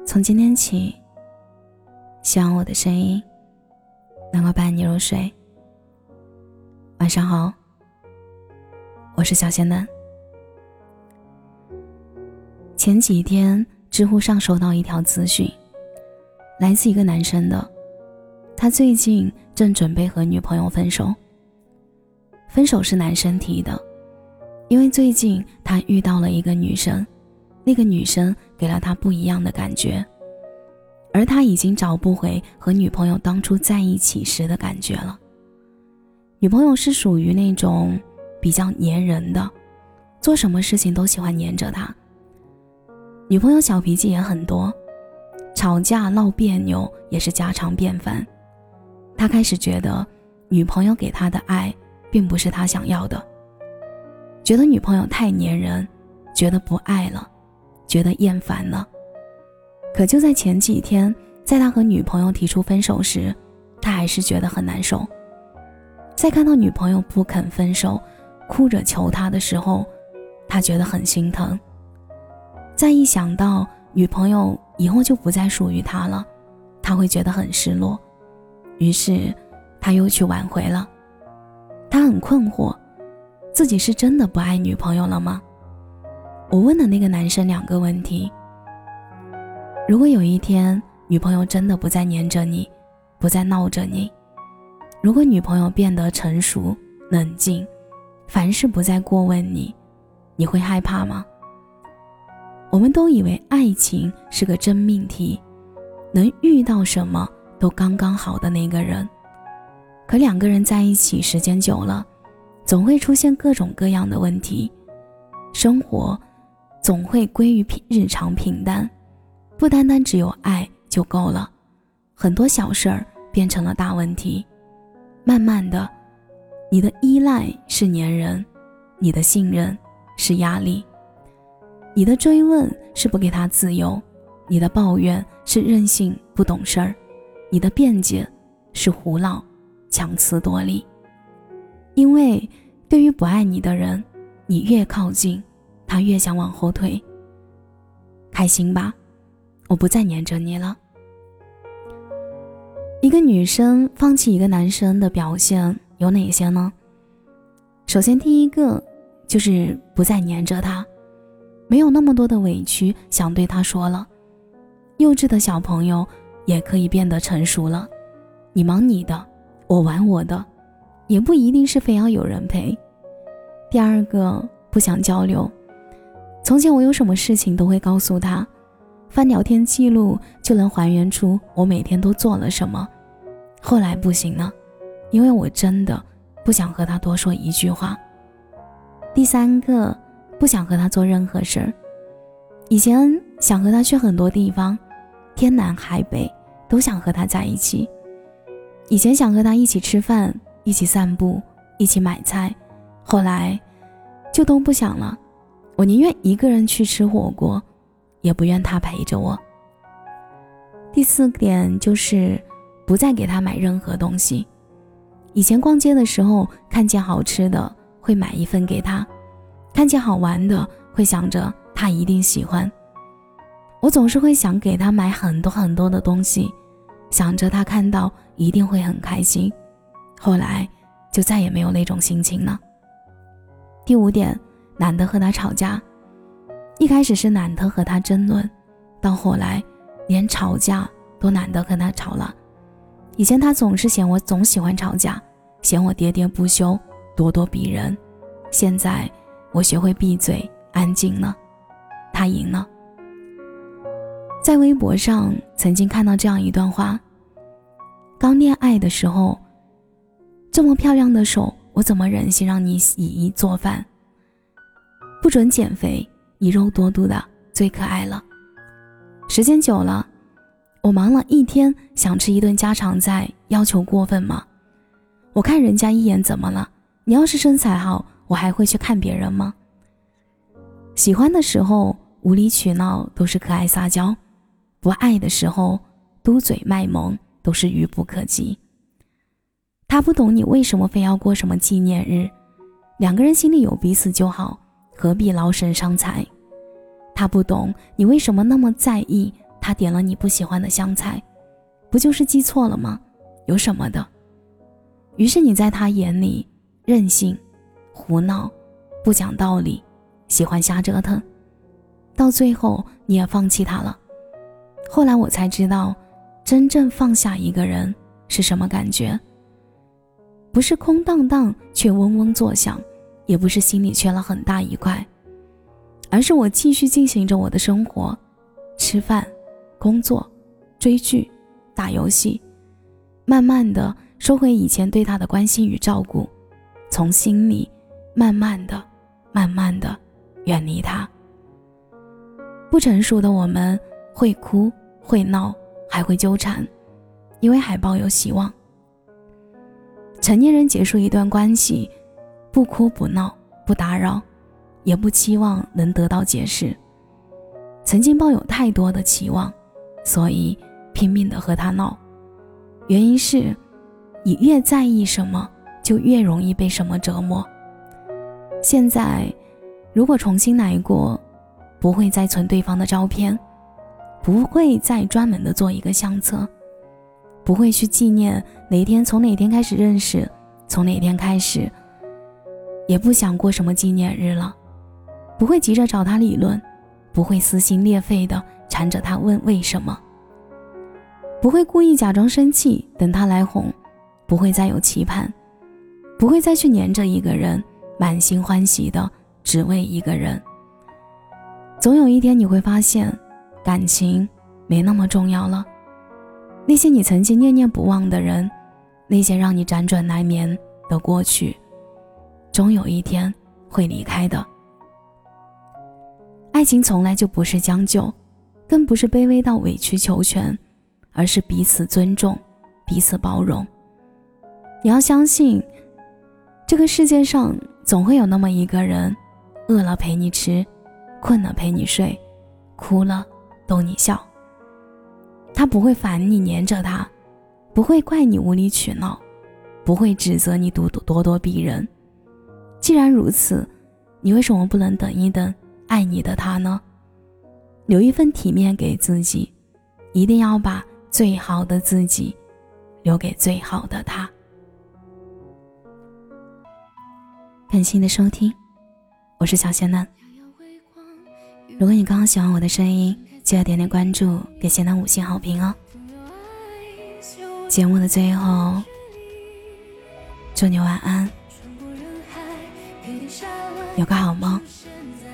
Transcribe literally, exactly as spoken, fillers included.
从今天起，希望我的声音能够伴你入睡。晚上好，我是小仙嫩。前几天知乎上收到一条资讯，来自一个男生的，他最近正准备和女朋友分手。分手是男生提的，因为最近他遇到了一个女生，那个女生给了他不一样的感觉，而他已经找不回和女朋友当初在一起时的感觉了。女朋友是属于那种比较黏人的，做什么事情都喜欢黏着他。女朋友小脾气也很多，吵架闹别扭也是家常便饭。他开始觉得女朋友给他的爱并不是他想要的，觉得女朋友太黏人，觉得不爱了，觉得厌烦了。可就在前几天，在他和女朋友提出分手时，他还是觉得很难受。在看到女朋友不肯分手，哭着求他的时候，他觉得很心疼。再一想到女朋友以后就不再属于他了，他会觉得很失落，于是他又去挽回了。他很困惑，自己是真的不爱女朋友了吗？我问了那个男生两个问题。如果有一天女朋友真的不再黏着你，不再闹着你，如果女朋友变得成熟冷静，凡事不再过问你，你会害怕吗？我们都以为爱情是个真命题，能遇到什么都刚刚好的那个人，可两个人在一起时间久了，总会出现各种各样的问题，生活总会归于日常平淡，不单单只有爱就够了，很多小事儿变成了大问题。慢慢的，你的依赖是粘人，你的信任是压力，你的追问是不给他自由，你的抱怨是任性不懂事儿，你的辩解是胡闹强词夺理。因为对于不爱你的人，你越靠近，他越想往后退。开心吧，我不再黏着你了。一个女生放弃一个男生的表现有哪些呢？首先第一个就是不再黏着他，没有那么多的委屈想对他说了。幼稚的小朋友也可以变得成熟了，你忙你的，我玩我的，也不一定是非要有人陪。第二个，不想交流。从前我有什么事情都会告诉他，翻聊天记录就能还原出我每天都做了什么。后来不行了，因为我真的不想和他多说一句话。第三个，不想和他做任何事儿。以前想和他去很多地方，天南海北都想和他在一起。以前想和他一起吃饭，一起散步，一起买菜，后来就都不想了。我宁愿一个人去吃火锅，也不愿他陪着我。第四点就是不再给他买任何东西。以前逛街的时候，看见好吃的会买一份给他，看见好玩的会想着他一定喜欢。我总是会想给他买很多很多的东西，想着他看到一定会很开心。后来就再也没有那种心情了。第五点，懒得和他吵架。一开始是懒得和他争论，到后来连吵架都懒得和他吵了。以前他总是嫌我总喜欢吵架，嫌我喋喋不休，咄咄逼人。现在我学会闭嘴安静了，他赢了。在微博上曾经看到这样一段话，刚恋爱的时候，这么漂亮的手，我怎么忍心让你洗衣做饭？不准减肥，你肉多多的最可爱了。时间久了，我忙了一天，想吃一顿家常菜，要求过分吗？我看人家一眼怎么了？你要是身材好，我还会去看别人吗？喜欢的时候无理取闹都是可爱撒娇，不爱的时候嘟嘴卖萌都是愚不可及。他不懂你为什么非要过什么纪念日，两个人心里有彼此就好，何必劳神伤财。他不懂你为什么那么在意他他点了你不喜欢的香菜，不就是记错了吗？有什么的？于是你在他眼里任性、胡闹、不讲道理，喜欢瞎折腾，到最后你也放弃他了。后来我才知道，真正放下一个人是什么感觉，不是空荡荡却嗡嗡作响，也不是心里缺了很大一块，而是我继续进行着我的生活，吃饭、工作、追剧、打游戏，慢慢的收回以前对他的关心与照顾，从心里慢慢的、慢慢的远离他。不成熟的我们会哭、会闹，还会纠缠，因为还抱有希望。成年人结束一段关系，不哭不闹，不打扰，也不期望能得到解释。曾经抱有太多的期望，所以拼命地和他闹。原因是你越在意什么，就越容易被什么折磨。现在如果重新来过，不会再存对方的照片，不会再专门的做一个相册，不会去纪念哪天从哪天开始认识，从哪天开始，也不想过什么纪念日了，不会急着找他理论，不会撕心裂肺的缠着他问为什么，不会故意假装生气等他来哄，不会再有期盼，不会再去黏着一个人，满心欢喜的只为一个人。总有一天你会发现，感情没那么重要了。那些你曾经念念不忘的人，那些让你辗转难眠的过去，终有一天会离开的。爱情从来就不是将就，更不是卑微到委曲求全，而是彼此尊重，彼此包容。你要相信，这个世界上总会有那么一个人，饿了陪你吃，困了陪你睡，哭了逗你笑。他不会烦你黏着他，不会怪你无理取闹，不会指责你咄咄逼人。既然如此，你为什么不能等一等爱你的他呢？留一份体面给自己，一定要把最好的自己留给最好的他。感谢你的收听，我是小仙男。如果你刚刚喜欢我的声音，记得点点关注，给仙男五星好评哦。节目的最后，祝你晚安，有个好梦。